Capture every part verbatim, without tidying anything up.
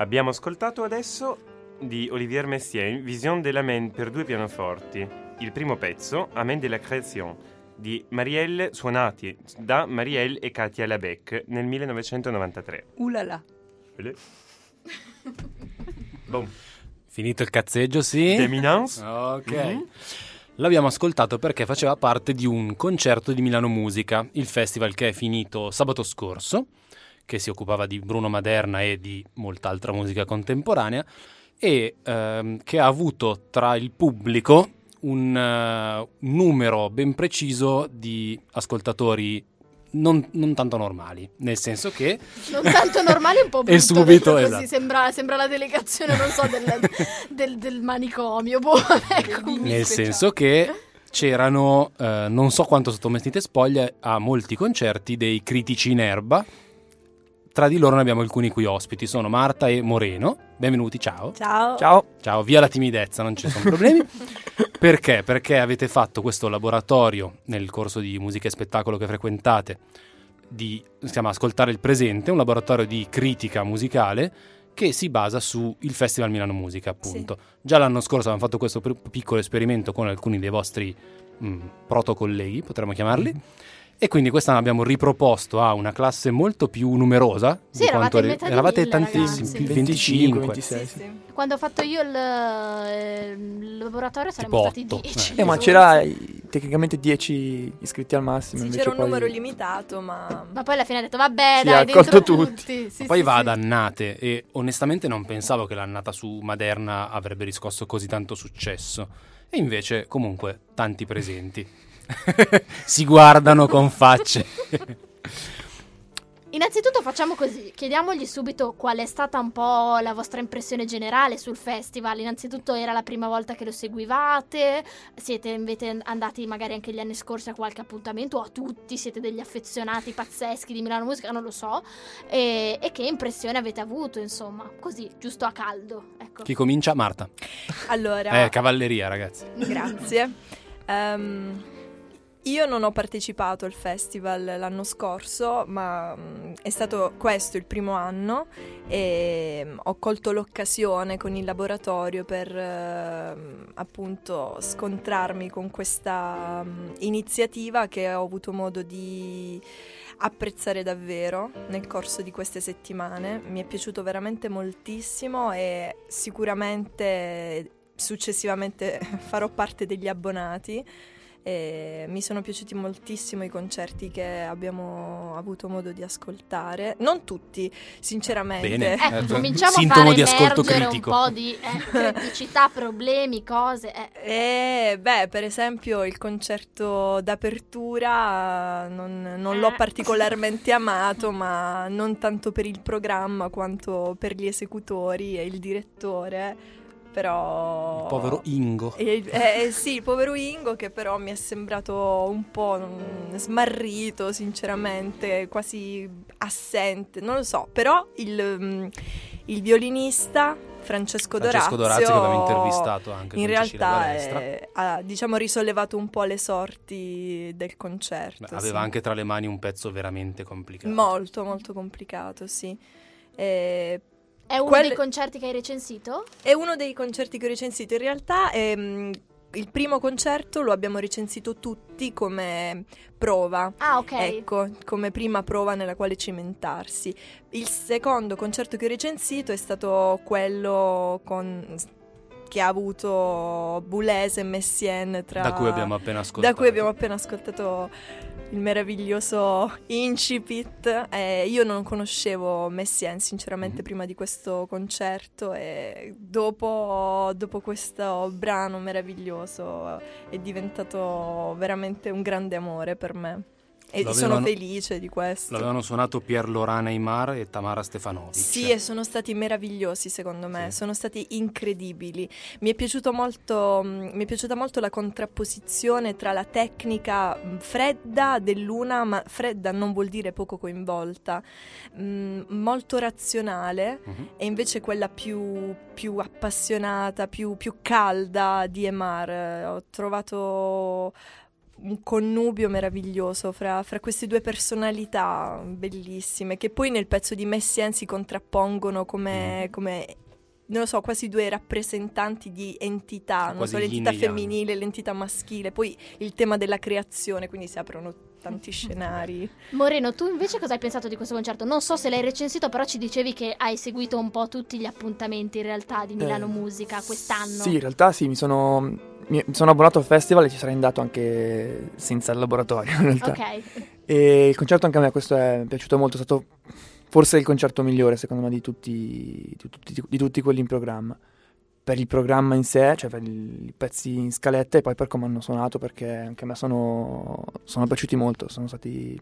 Abbiamo ascoltato adesso di Olivier Messiaen Vision de l'Amen per due pianoforti. Il primo pezzo, Amen de la Création, di Marielle, suonati da Marielle e Katia Labec nel millenovecentonovantatré. Ulala. Bon. Finito il cazzeggio, sì. D'Eminence. Ok. Mm-hmm. L'abbiamo ascoltato perché faceva parte di un concerto di Milano Musica, il festival che è finito sabato scorso, che si occupava di Bruno Maderna e di molta altra musica contemporanea, e ehm, che ha avuto tra il pubblico un uh, numero ben preciso di ascoltatori non, non tanto normali, nel senso che non tanto normali, un po' brutto, e subito così esatto. sembra, sembra la delegazione, non so, del, del, del manicomio, boh, ecco. Nel senso che c'erano eh, non so quanto sottomettite spoglie a molti concerti dei critici in erba. Tra di loro ne abbiamo alcuni qui ospiti, sono Marta e Moreno. Benvenuti, ciao. Ciao. Ciao. Ciao, via la timidezza, non ci sono problemi. Perché? Perché avete fatto questo laboratorio nel corso di musica e spettacolo che frequentate, di, si chiama Ascoltare il presente, un laboratorio di critica musicale che si basa sul Festival Milano Musica, appunto. Sì. Già l'anno scorso avevamo fatto questo p- piccolo esperimento con alcuni dei vostri mh, protocolleghi, potremmo chiamarli. Mm. E quindi quest'anno abbiamo riproposto a una classe molto più numerosa. Sì, di eravate quanto metà di eravate mille, tantissimi, ragazzi. venticinque, ventisei. Sì, sì. Quando ho fatto io il, eh, il laboratorio saremmo Tipo stati otto. dieci. Eh, ma c'era eh, tecnicamente dieci iscritti al massimo. Sì, invece c'era un poi... numero limitato, ma... Ma poi alla fine ha detto vabbè, Sì, dai, ha dentro accolto tutti. tutti. Sì, Poi sì, va sì. ad annate e onestamente non pensavo che l'annata su Maderna avrebbe riscosso così tanto successo. E invece comunque tanti presenti. Si guardano con facce. Innanzitutto facciamo così, chiediamogli subito qual è stata un po' la vostra impressione generale sul festival. Innanzitutto era la prima volta che lo seguivate, siete invece andati magari anche gli anni scorsi a qualche appuntamento, o a tutti, siete degli affezionati pazzeschi di Milano Musica, non lo so, e, e che impressione avete avuto, insomma, così, giusto a caldo, ecco. Chi comincia? Marta. Allora... Eh, cavalleria, ragazzi. Grazie. Um, io non ho partecipato al festival l'anno scorso, ma um, è stato questo il primo anno e um, ho colto l'occasione con il laboratorio per uh, appunto scontrarmi con questa um, iniziativa che ho avuto modo di apprezzare davvero nel corso di queste settimane. Mi è piaciuto veramente moltissimo e sicuramente successivamente farò parte degli abbonati. E mi sono piaciuti moltissimo i concerti che abbiamo avuto modo di ascoltare, non tutti, sinceramente. Bene. Ecco, Eh, cominciamo sintomo a fare di ascolto emergere critico. un po' di eh, criticità, problemi, cose. Eh. E beh, per esempio il concerto d'apertura non, non Eh. l'ho particolarmente amato, ma non tanto per il programma quanto per gli esecutori e il direttore. Però... Il povero Ingo. Eh, eh, sì, il povero Ingo, che però mi è sembrato un po' mm, smarrito, sinceramente, quasi assente, non lo so. Però il, mm, il violinista Francesco Dorazio, Francesco Dorazio, che abbiamo intervistato anche in con Cecilia realtà Balestra. è- ha, diciamo, risollevato un po' le sorti del concerto. Beh, aveva sì. anche tra le mani un pezzo veramente complicato. Molto, molto complicato, sì. E È uno Quelle- dei concerti che hai recensito? È uno dei concerti che ho recensito. In realtà ehm, il primo concerto lo abbiamo recensito tutti come prova. Ah, ok. Ecco, come prima prova nella quale cimentarsi. Il secondo concerto che ho recensito è stato quello con... che ha avuto Boulez e Messiaen tra... Da cui abbiamo appena ascoltato. Da cui abbiamo appena ascoltato il meraviglioso incipit. Eh, io non conoscevo Messiaen sinceramente Mm. prima di questo concerto e dopo, dopo questo brano meraviglioso è diventato veramente un grande amore per me. E Lo sono avevano- felice di questo. L'avevano suonato Pier Lorana Aimar e Tamara Stefanovic. Sì, e sono stati meravigliosi secondo me, Sì. sono stati incredibili. Mi è piaciuto molto, mh, mi è piaciuta molto la contrapposizione tra la tecnica mh, fredda dell'una, ma fredda non vuol dire poco coinvolta, mh, molto razionale, Mhm. e invece quella più, più appassionata, più, più calda di Aimar. Eh, Ho trovato un connubio meraviglioso fra, fra queste due personalità bellissime, che poi nel pezzo di Messiaen si contrappongono come, come non lo so, quasi due rappresentanti di entità, non so, l'entità femminile e l'entità maschile, poi il tema della creazione, quindi si aprono tanti scenari. Moreno, tu invece cosa hai pensato di questo concerto? Non so se l'hai recensito, però ci dicevi che hai seguito un po' tutti gli appuntamenti in realtà di Milano Eh, Musica quest'anno. Sì, in realtà sì, mi sono, mi sono abbonato al festival e ci sarei andato anche senza il laboratorio in realtà. Ok. E il concerto anche a me, questo è piaciuto molto, è stato forse il concerto migliore secondo me di tutti, di tutti, di tutti quelli in programma. Per il programma in sé, cioè per i pezzi in scaletta e poi per come hanno suonato, perché anche a me sono, sono piaciuti molto, sono stati...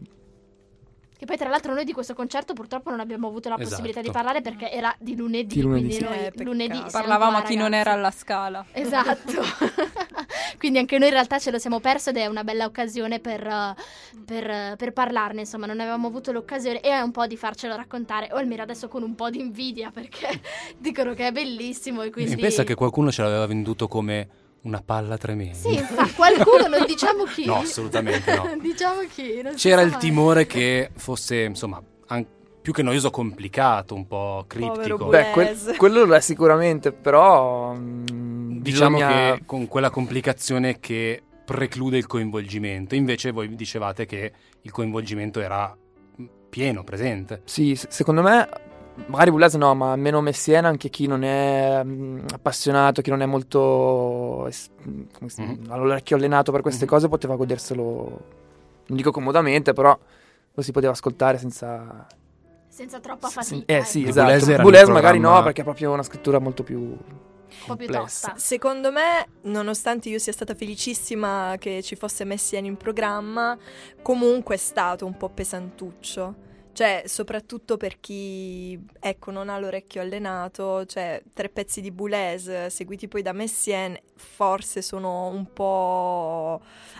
Che poi tra l'altro noi di questo concerto purtroppo non abbiamo avuto la possibilità Esatto. di parlare perché era di lunedì, Di lunedì, quindi sì. noi Eh, peccato. lunedì siamo Parlavamo qua, a chi non ragazzi. era alla Scala. Esatto. Quindi anche noi in realtà ce lo siamo perso ed è una bella occasione per, uh, per, uh, per parlarne, insomma non avevamo avuto l'occasione e un po' di farcelo raccontare, o almeno adesso con un po' di invidia perché dicono che è bellissimo e quindi... Si pensa che qualcuno ce l'aveva venduto come una palla tremenda. Sì, infatti, qualcuno, non diciamo chi. No, assolutamente no. Diciamo chi. non si C'era sa il mai. timore che fosse, insomma, an- più che noioso, complicato, un po' Povero criptico. Bue- Beh, quel- Yes. quello lo è sicuramente, però... mm, Diciamo bisogna- che con quella complicazione che preclude il coinvolgimento. Invece voi dicevate che il coinvolgimento era pieno, presente. Sì, se- secondo me, magari Boulez no, ma almeno Messiaen, anche chi non è mm, appassionato, chi non è molto es- come si- Mhm. all'orecchio allenato per queste Mhm. cose, poteva goderselo, non dico comodamente, però lo si poteva ascoltare senza... Senza troppa se- fatica. eh sì, ecco. Di Boulez esatto. era Boulez nel magari programma- no, perché è proprio una scrittura molto più... Un po' più complessa. tosta. Secondo me, nonostante io sia stata felicissima che ci fosse Messiaen in programma, comunque è stato un po' pesantuccio. Cioè, soprattutto per chi, ecco, non ha l'orecchio allenato, cioè, tre pezzi di Boulez seguiti poi da Messiaen, forse sono un po'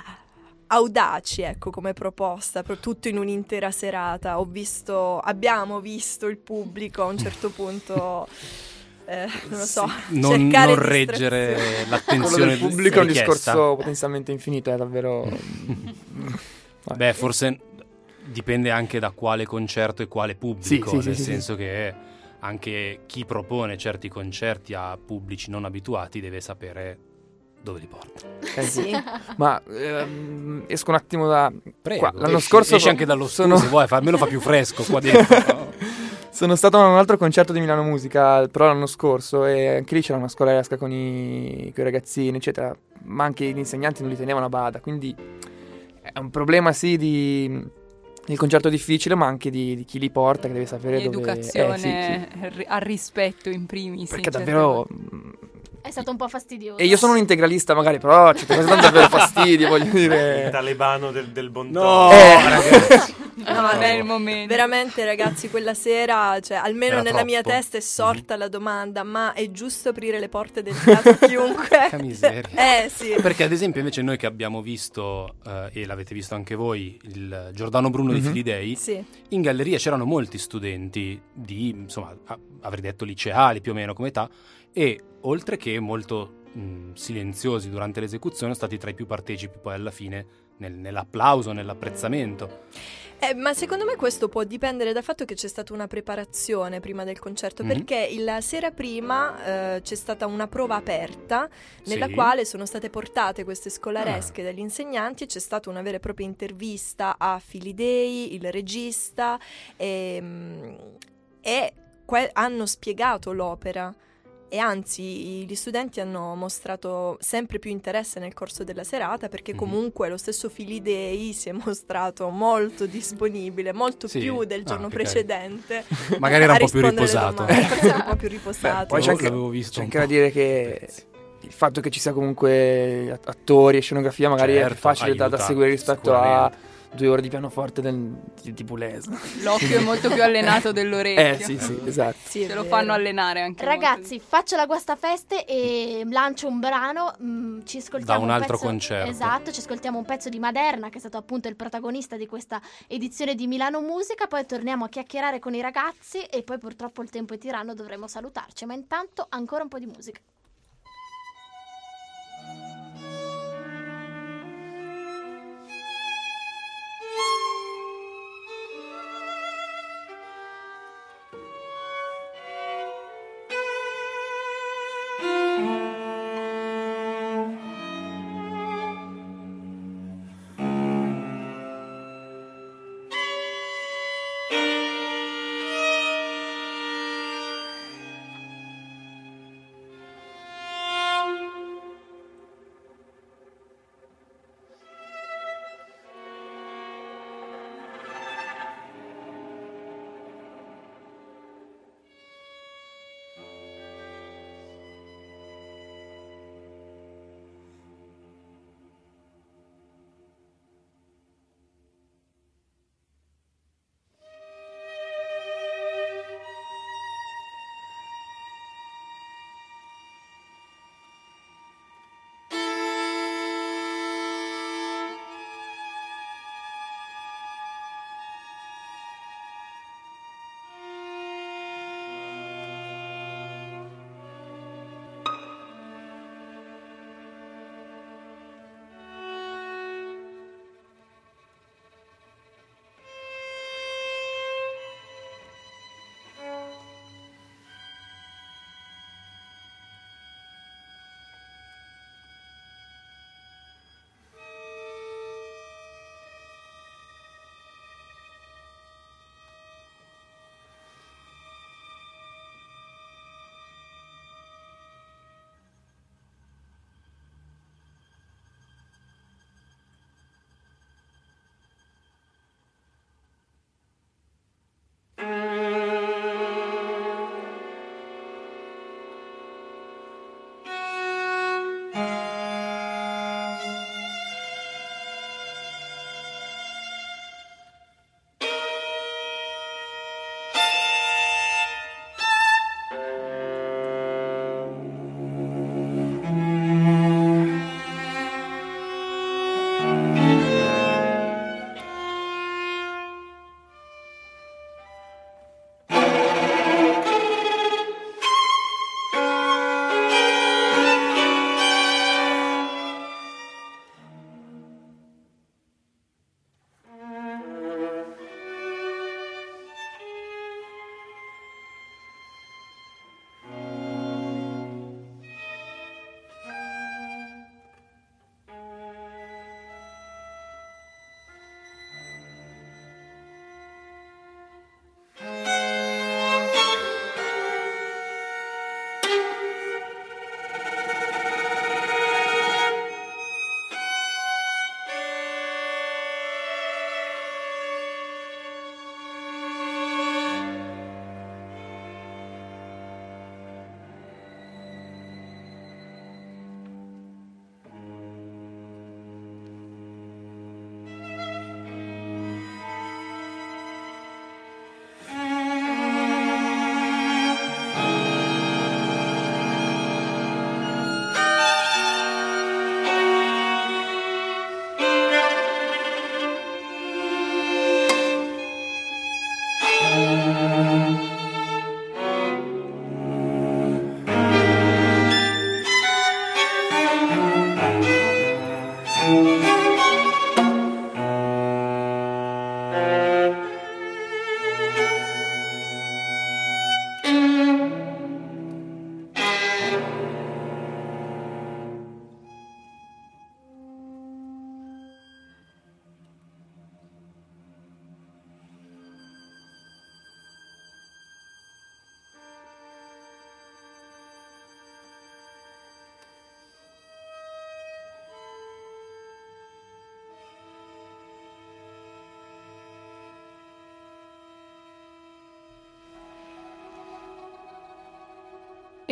audaci, ecco, come proposta, però tutto in un'intera serata. Ho visto, abbiamo visto il pubblico a un certo punto... Eh, non lo so, Non, cercare non distrazione. reggere Quello l'attenzione del pubblico è un richiesta. discorso potenzialmente infinito, è davvero... Beh, forse dipende anche da quale concerto e quale pubblico, Sì, sì, nel sì, sì, senso che anche chi propone certi concerti a pubblici non abituati deve sapere dove li porta. Eh sì. Sì. Ma ehm, esco un attimo da... Prego, qua. L'anno esci- scorso esci anche dallo studio sono- se vuoi, fa- almeno fa più fresco qua dentro. Sono stato a un altro concerto di Milano Musica, però l'anno scorso, e anche lì c'era una scolaresca con i, con i ragazzini, eccetera, ma anche gli insegnanti non li tenevano a bada, quindi è un problema sì di, di concerto difficile, ma anche di, di chi li porta, che deve sapere Di dove... educazione eh, sì, sì. ri- al rispetto in primis. Perché in certe davvero... volte. È stato un po' fastidioso. E io sono un integralista magari, però certe cose danno davvero fastidio, voglio Il dire... talebano del, del bon No, ton. Eh. ragazzi. No, Non è no. il momento. Veramente ragazzi, quella sera, cioè almeno Era nella mia troppo. testa è sorta la domanda: ma è giusto aprire le porte del teatro a chiunque? Porca miseria. Eh sì. Perché ad esempio invece noi che abbiamo visto, eh, e l'avete visto anche voi, il Giordano Bruno di Mhm. Filidei, Sì. in galleria c'erano molti studenti di, insomma, a- avrei detto liceali più o meno come età, e oltre che molto mh, silenziosi durante l'esecuzione, sono stati tra i più partecipi poi alla fine nel- nell'applauso, nell'apprezzamento. Eh, ma secondo me questo può dipendere dal fatto che c'è stata una preparazione prima del concerto, Mhm. perché la sera prima eh, c'è stata una prova aperta nella Sì. quale sono state portate queste scolaresche Ah. dagli insegnanti e c'è stata una vera e propria intervista a Filidei, il regista, e, mm, e que- hanno spiegato l'opera. E anzi, gli studenti hanno mostrato sempre più interesse nel corso della serata, perché Mhm. comunque lo stesso Filidei si è mostrato molto disponibile, molto Sì. più del Ah, giorno che carino. precedente. Magari era a un po' più rispondere alle riposato. domande. Forse era un po' più Beh, riposato. poi c'è Io anche, l'avevo visto c'è un anche po'. da dire che il fatto che ci sia comunque att- attori e scenografia magari è Certo, più facile da, da aiuta, seguire rispetto a sicuramente. due ore di pianoforte del, di, di Boulez. L'occhio è molto più allenato dell'orecchio. Eh sì sì, esatto. Sì, è Ce lo vero. fanno allenare anche Ragazzi, faccio la guastafeste e lancio un brano. mm, ci ascoltiamo Da un altro pezzo, concerto. Esatto, ci ascoltiamo un pezzo di Maderna, che è stato appunto il protagonista di questa edizione di Milano Musica. Poi torniamo a chiacchierare con i ragazzi e poi purtroppo il tempo è tiranno, dovremo salutarci. Ma intanto ancora un po' di musica.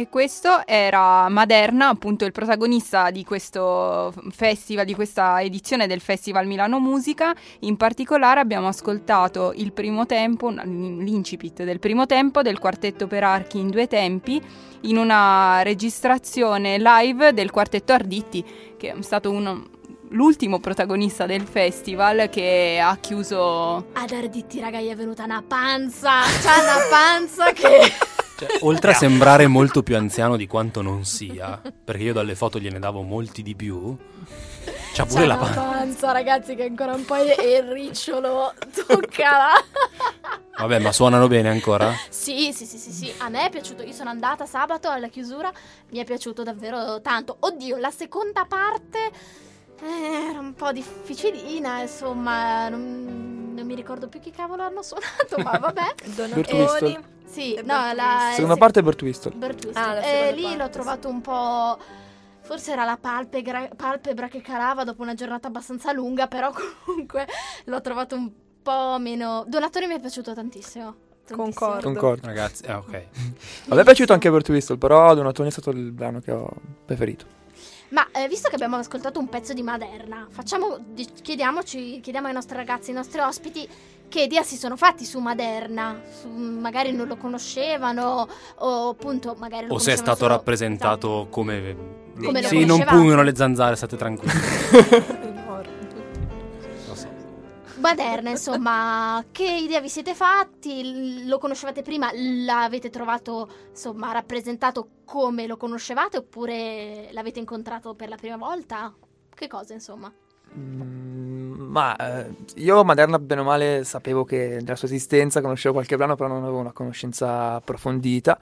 E questo era Maderna, appunto il protagonista di questo festival, di questa edizione del Festival Milano Musica. In particolare abbiamo ascoltato il primo tempo, l'incipit del primo tempo del quartetto per archi in due tempi, in una registrazione live del quartetto Arditti, che è stato uno, l'ultimo protagonista del festival, che ha chiuso... Ad Arditti, raga, gli è venuta una panza, c'ha una panza che... Cioè, oltre a sembrare molto più anziano di quanto non sia, perché io dalle foto gliene davo molti di più, c'ha pure c'ha la una panza. panza, ragazzi, che ancora un po' è il ricciolo, toccala. Vabbè, ma suonano bene ancora? Sì, sì, sì, sì, sì, a me è piaciuto, io sono andata sabato alla chiusura, mi è piaciuto davvero tanto. Oddio, la seconda parte eh, era un po' difficilina, insomma, non, non mi ricordo più chi cavolo hanno suonato, ma vabbè. Donatori. Sì, E no, Bert la Whistle. Seconda parte è Bert Whistle. Bert Whistle. Ah, la Eh, seconda lì parte, l'ho sì. trovato un po'. Forse era la palpegra, palpebra che calava dopo una giornata abbastanza lunga, però comunque l'ho trovato un po' meno. Donatori mi è piaciuto tantissimo. tantissimo. Concordo. Concordo. Ragazzi, ah, ok. A me è piaciuto anche Bert Whistle, però Donatoni è stato il brano che ho preferito. Ma eh, visto che abbiamo ascoltato un pezzo di Maderna, facciamo, di- chiediamoci, chiediamo ai nostri ragazzi, ai nostri ospiti, che idea si sono fatti su Maderna. Su- magari non lo conoscevano, o appunto magari lo O se è conoscevano stato solo- rappresentato come... Come lo sì, non conoscevate. pugno le zanzare, state tranquilli. Lo so. Maderna, insomma, che idea vi siete fatti? L- Lo conoscevate prima? L'avete trovato, insomma, rappresentato come lo conoscevate oppure l'avete incontrato per la prima volta? Che cosa, insomma? Mm, ma eh, io Maderna bene o male sapevo che della sua esistenza, conoscevo qualche brano, però non avevo una conoscenza approfondita.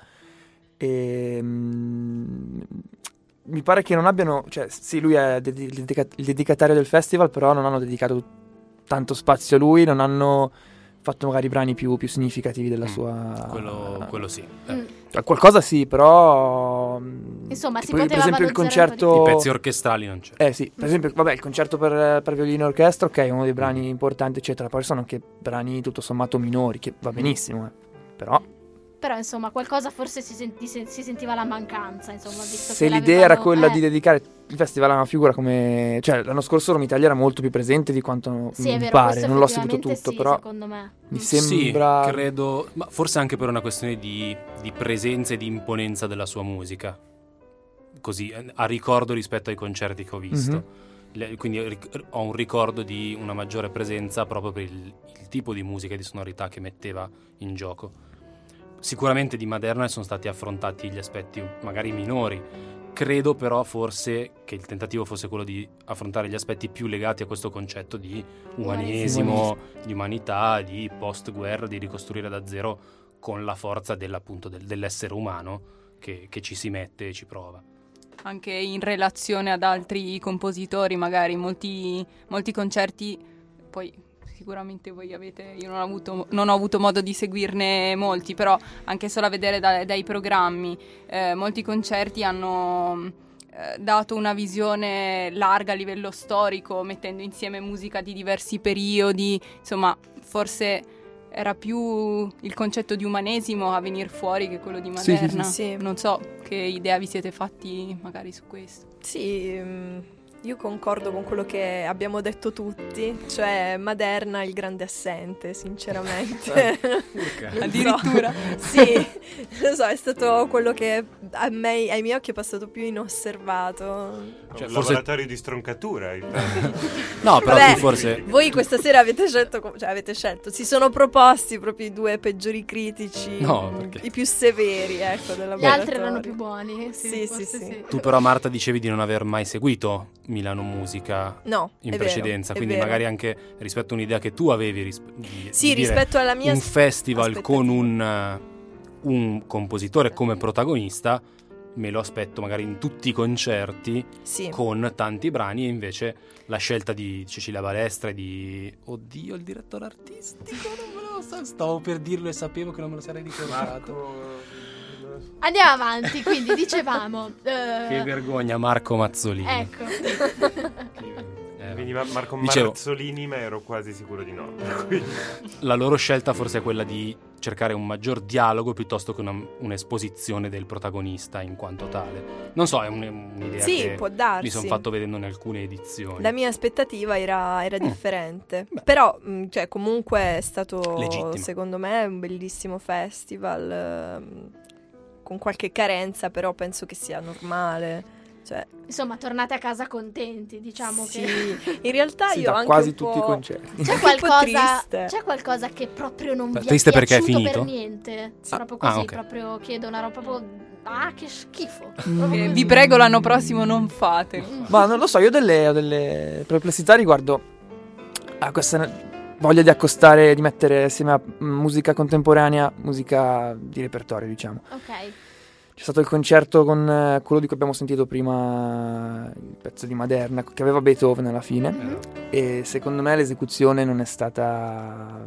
E mm, mi pare che non abbiano, cioè sì, lui è dedi- il dedica- il dedicatario del festival, però non hanno dedicato tanto spazio a lui, non hanno fatto magari brani più, più significativi della Mm, sua... Quello, quello sì. Eh. Mm. Cioè, qualcosa sì, però... mm, Insomma, si tipo, per poteva esempio il valorizzare un po' di concerto... I pezzi orchestrali non c'è. Eh sì, per esempio, vabbè, il concerto per, per violino e orchestra, ok, è uno dei brani importanti, eccetera. Poi sono anche brani tutto sommato minori, che va benissimo, eh. Però Però, insomma, qualcosa forse si, senti- si sentiva la mancanza, insomma, visto se che l'idea era l'avevano- quella eh, di dedicare il festival a una figura come... Cioè, l'anno scorso Roma Italia era molto più presente di quanto Sì, è mi vero, pare, questo non l'ho seguito effettivamente tutto, sì, però secondo me. mi Mm. sembra... Sì, credo, ma forse anche per una questione di, di presenza e di imponenza della sua musica. Così, eh, a ricordo rispetto ai concerti che ho visto. Mhm. Le- quindi ric- ho un ricordo di una maggiore presenza proprio per il, il tipo di musica e di sonorità che metteva in gioco. Sicuramente di Maderna sono stati affrontati gli aspetti magari minori. Credo però forse che il tentativo fosse quello di affrontare gli aspetti più legati a questo concetto di umanesimo, di umanità, di post-guerra, di ricostruire da zero con la forza dell'appunto del- dell'essere umano che, che ci si mette e ci prova. Anche in relazione ad altri compositori, magari molti, molti concerti, poi sicuramente voi avete, io non ho avuto, non ho avuto modo di seguirne molti, però anche solo a vedere da- dai programmi, eh, molti concerti hanno eh, dato una visione larga a livello storico, mettendo insieme musica di diversi periodi, insomma, forse era più il concetto di umanesimo a venire fuori che quello di Sì, sì, Maderna. sì. Sì. Non so che idea vi siete fatti magari su questo. Sì, mm, io concordo con quello che abbiamo detto tutti, cioè Maderna il grande assente, sinceramente. Non Addirittura. so. Sì, lo so, è stato quello che a me, ai miei occhi è passato più inosservato. Cioè, un forse- laboratorio di stroncatura. il- No, però Vabbè, tu forse... Voi questa sera avete scelto, co- cioè avete scelto, si sono proposti proprio i due peggiori critici, No, perché? i più severi, ecco, del Gli altri laboratorio. erano più buoni. Sì, Sì, forse sì, sì. Tu però Marta dicevi di non aver mai seguito Milano Musica No, in è precedenza, vero, è quindi vero. magari anche rispetto a un'idea che tu avevi risp- di, Sì, di dire rispetto alla mia un s- festival aspettativa. con un, uh, un compositore come protagonista, me lo aspetto magari in tutti i concerti Sì. con tanti brani, e invece la scelta di Cecilia Balestra e di... Oddio, il direttore artistico, non me lo so, stavo per dirlo e sapevo che non me lo sarei ricordato. Andiamo avanti, quindi dicevamo... eh, Che vergogna, Marco Mazzolini. Ecco. Eh, Vedi veniva Marco Dicevo, Marzolini, ma ero quasi sicuro di no. Quindi... la loro scelta forse è quella di cercare un maggior dialogo piuttosto che una, un'esposizione del protagonista in quanto tale. Non so, è un, un'idea Sì, che può darsi. mi sono fatto vedendo in alcune edizioni. La mia aspettativa era, era Mm. differente. Beh. Però, mh, cioè, comunque è stato, Legittimo. secondo me, un bellissimo festival. ehm, con qualche carenza, però penso che sia normale. Cioè, Insomma, tornate a casa contenti, diciamo sì. che... In realtà Sì, io da anche quasi un po'... tutti i concerti. C'è un po' qualcosa, triste. c'è qualcosa che proprio non Beh, vi è triste perché è piaciuto finito? per niente. Sì. Proprio Ah, così, ok. proprio chiedo una roba proprio... Ah, che schifo. Mm. Proprio Eh, così. vi prego, l'anno prossimo non fate. Ma non lo so, io ho delle, ho delle perplessità riguardo a questa voglia di accostare, di mettere assieme a musica contemporanea, musica di repertorio, diciamo. Ok. C'è stato il concerto con eh, quello di cui abbiamo sentito prima, il pezzo di Maderna, che aveva Beethoven alla fine, Mhm. e secondo me l'esecuzione non è stata...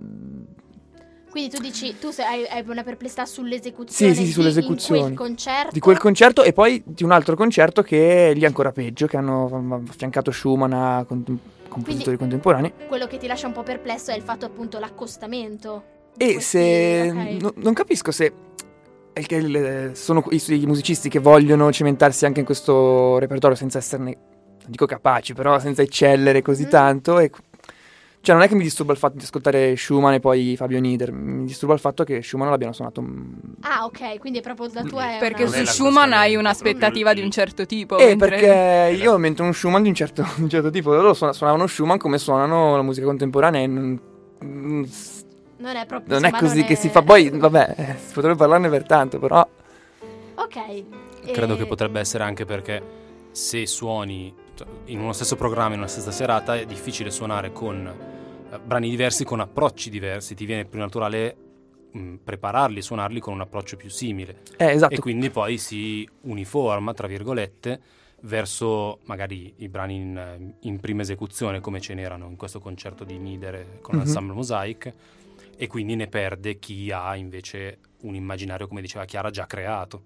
Quindi tu dici, tu sei- hai, hai una perplessità sull'esecuzione Sì, sì, sì, di- sulle in esecuzioni. quel concerto? Di quel concerto e poi di un altro concerto che è lì ancora peggio, che hanno affiancato Schumann a con- compositori contemporanei. Quello che ti lascia un po' perplesso è il fatto appunto l'accostamento. di E questi- se... ok. no- non capisco se... è che il- sono i, i musicisti che vogliono cimentarsi anche in questo repertorio senza esserne, non dico capaci, però senza eccellere così Mm. tanto. E, cioè non è che mi disturba il fatto di ascoltare Schumann e poi Fabio Nieder, mi disturba il fatto che Schumann l'abbiano suonato... mm, Ah, ok, quindi è proprio la tua è Perché una- Non è su Schumann hai l'accostamento, un'aspettativa proprio di un il- certo tipo. Eh, mentre- perché io metto un Schumann di un certo, di un certo tipo, loro suona- suonavano Schumann come suonano la musica contemporanea e non, mm, non è proprio non è insomma, così non che è- si fa. Poi, vabbè, eh, si potrebbe parlarne per tanto, però... Ok. Credo e- che potrebbe essere anche perché se suoni cioè, in uno stesso programma, in una stessa serata, è difficile suonare con eh, brani diversi, con approcci diversi. Ti viene più naturale mh, prepararli, suonarli con un approccio più simile. Eh, esatto. E quindi poi si uniforma, tra virgolette, verso magari i brani in, in prima esecuzione, come ce n'erano in questo concerto di Nieder con Mhm. l'Ensemble Mosaic, e quindi ne perde chi ha invece un immaginario, come diceva Chiara, già creato.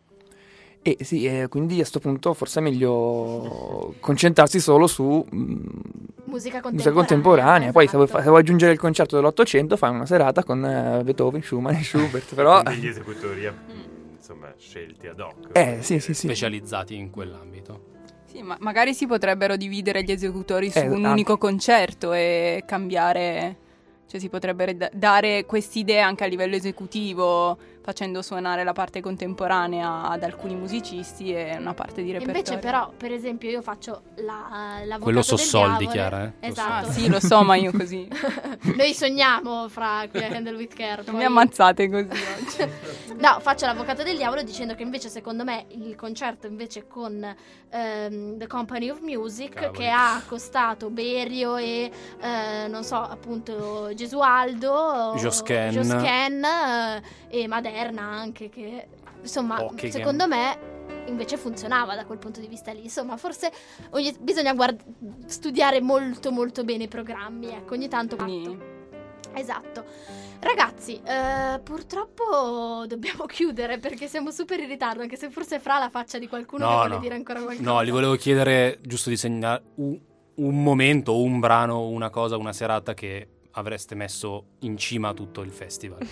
E sì, eh, quindi a sto punto forse è meglio concentrarsi solo su mm, musica contemporanea. musica contemporanea. Poi se vuoi, esatto. fa- se vuoi aggiungere il concerto dell'Ottocento, fai una serata con eh, Beethoven, Schumann e Schubert, però... Con degli esecutori eh, insomma scelti ad hoc. Eh, sì, sì, sì. Specializzati in quell'ambito. Sì, ma magari si potrebbero dividere gli esecutori su Eh, un anche. unico concerto e cambiare, cioè si potrebbe da- dare quest'idee anche a livello esecutivo, facendo suonare la parte contemporanea ad alcuni musicisti e una parte di repertorio. Invece però, per esempio, io faccio la, l'avvocato Quello so del soldi, diavolo. Chiara, eh? Lo Esatto. Ah, sì, lo so, ma io così. Noi sogniamo fra qui a Handle with Care. Non poi- mi ammazzate così oggi. No, faccio l'avvocato del diavolo dicendo che invece secondo me il concerto invece con ehm, The Company of Music, Cavoli. che ha accostato Berio e eh, non so, appunto Gesualdo, Josquin. Josquin, eh, e Maderna anche, che insomma Ockeghem. secondo me invece funzionava da quel punto di vista lì. Insomma, forse ogni- bisogna guard- studiare molto molto bene i programmi, ecco, ogni tanto Quindi- esatto. Ragazzi, eh, purtroppo dobbiamo chiudere perché siamo super in ritardo, anche se forse Fra la faccia di qualcuno No, che vuole no. dire ancora qualcosa. No, gli volevo chiedere giusto di segnare un, un momento, un brano, una cosa, una serata che avreste messo in cima a tutto il festival.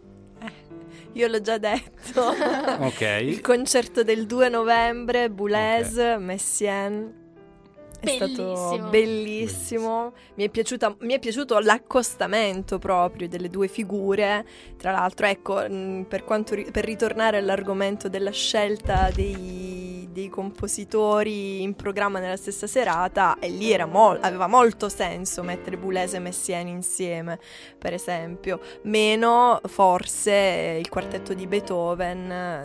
Io l'ho già detto. Il Ok. concerto del due novembre, Boulez, Messiaen. È Bellissimo. stato bellissimo. Mi è, piaciuta, mi è piaciuto l'accostamento proprio delle due figure. Tra l'altro, ecco, mh, per, quanto ri- per ritornare all'argomento della scelta dei, dei compositori in programma nella stessa serata, e lì era mol- aveva molto senso mettere Boulez e Messiaen insieme, per esempio. Meno forse il quartetto di Beethoven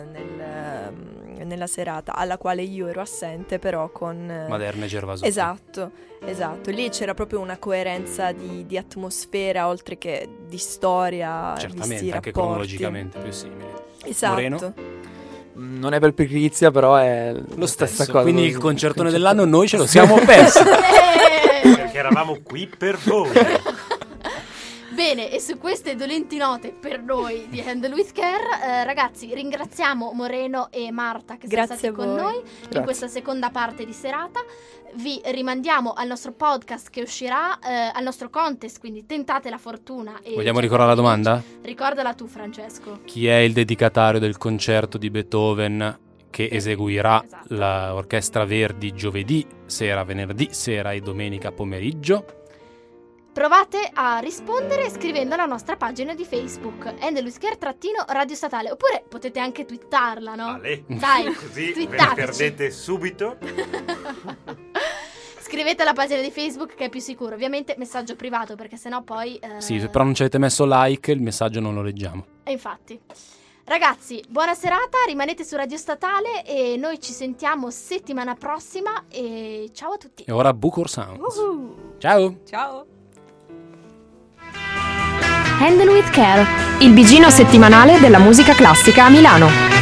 nel, nella serata, alla quale io ero assente, però con... Maderna e Gervasoni. Esatto, esatto. Lì c'era proprio una coerenza di, di atmosfera oltre che di storia. visti i Certamente, anche rapporti. cronologicamente più simili. Esatto. Moreno? Mm, Non è per pigrizia, però è Lo la stessa stesso, cosa. quindi il Il concertone concerto- dell'anno noi ce lo siamo persi. Eh, Perché eravamo qui per voi. Bene, e su queste dolenti note per noi di Handle with Care, eh, ragazzi, ringraziamo Moreno e Marta che Grazie sono stati con a voi. noi Grazie. in questa seconda parte di serata. Vi rimandiamo al nostro podcast che uscirà, eh, al nostro contest, quindi tentate la fortuna. E Vogliamo ricordare la domanda? Ricordala tu, Francesco. Chi è il dedicatario del concerto di Beethoven che eseguirà Esatto. l'Orchestra Verdi giovedì sera, venerdì sera e domenica pomeriggio? Provate a rispondere scrivendo alla nostra pagina di Facebook Handle-with-Care-Radio Statale, oppure potete anche twittarla, no? Ale. Dai, Così ve ne twittateci. perdete subito. Scrivete alla pagina di Facebook che è più sicuro, ovviamente messaggio privato perché sennò poi... eh, Sì, se però non ci avete messo like, il messaggio non lo leggiamo. E infatti. Ragazzi, buona serata, rimanete su Radio Statale e noi ci sentiamo settimana prossima e ciao a tutti. E ora Bucor Sounds. Uhu. Ciao! Ciao! Handle with Care, il bigino settimanale della musica classica a Milano.